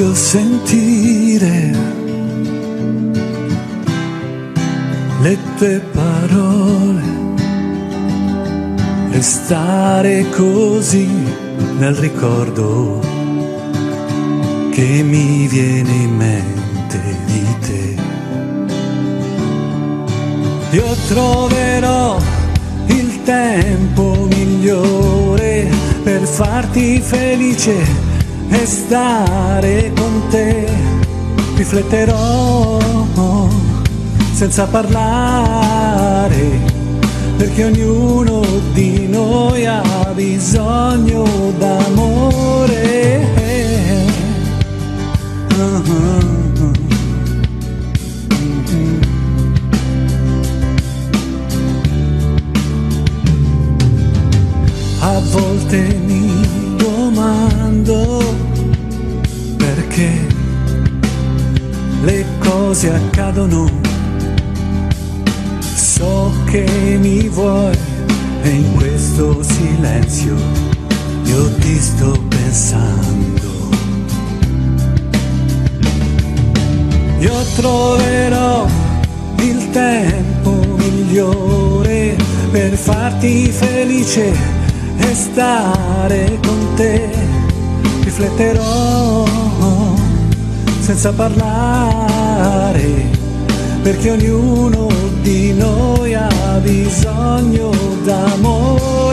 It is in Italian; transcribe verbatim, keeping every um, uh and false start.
voglio sentire le tue parole, restare così nel ricordo che mi viene in mente di te. Io troverò il tempo migliore per farti felice e stare con te. Rifletterò senza parlare, perché ognuno di noi ha bisogno d'amore. A volte mi domando perché le cose accadono. So che mi vuoi e in questo silenzio io ti sto pensando. Io troverò il tempo migliore per farti felice e stare con te. Rifletterò senza parlare, perché ognuno di noi ha bisogno d'amore.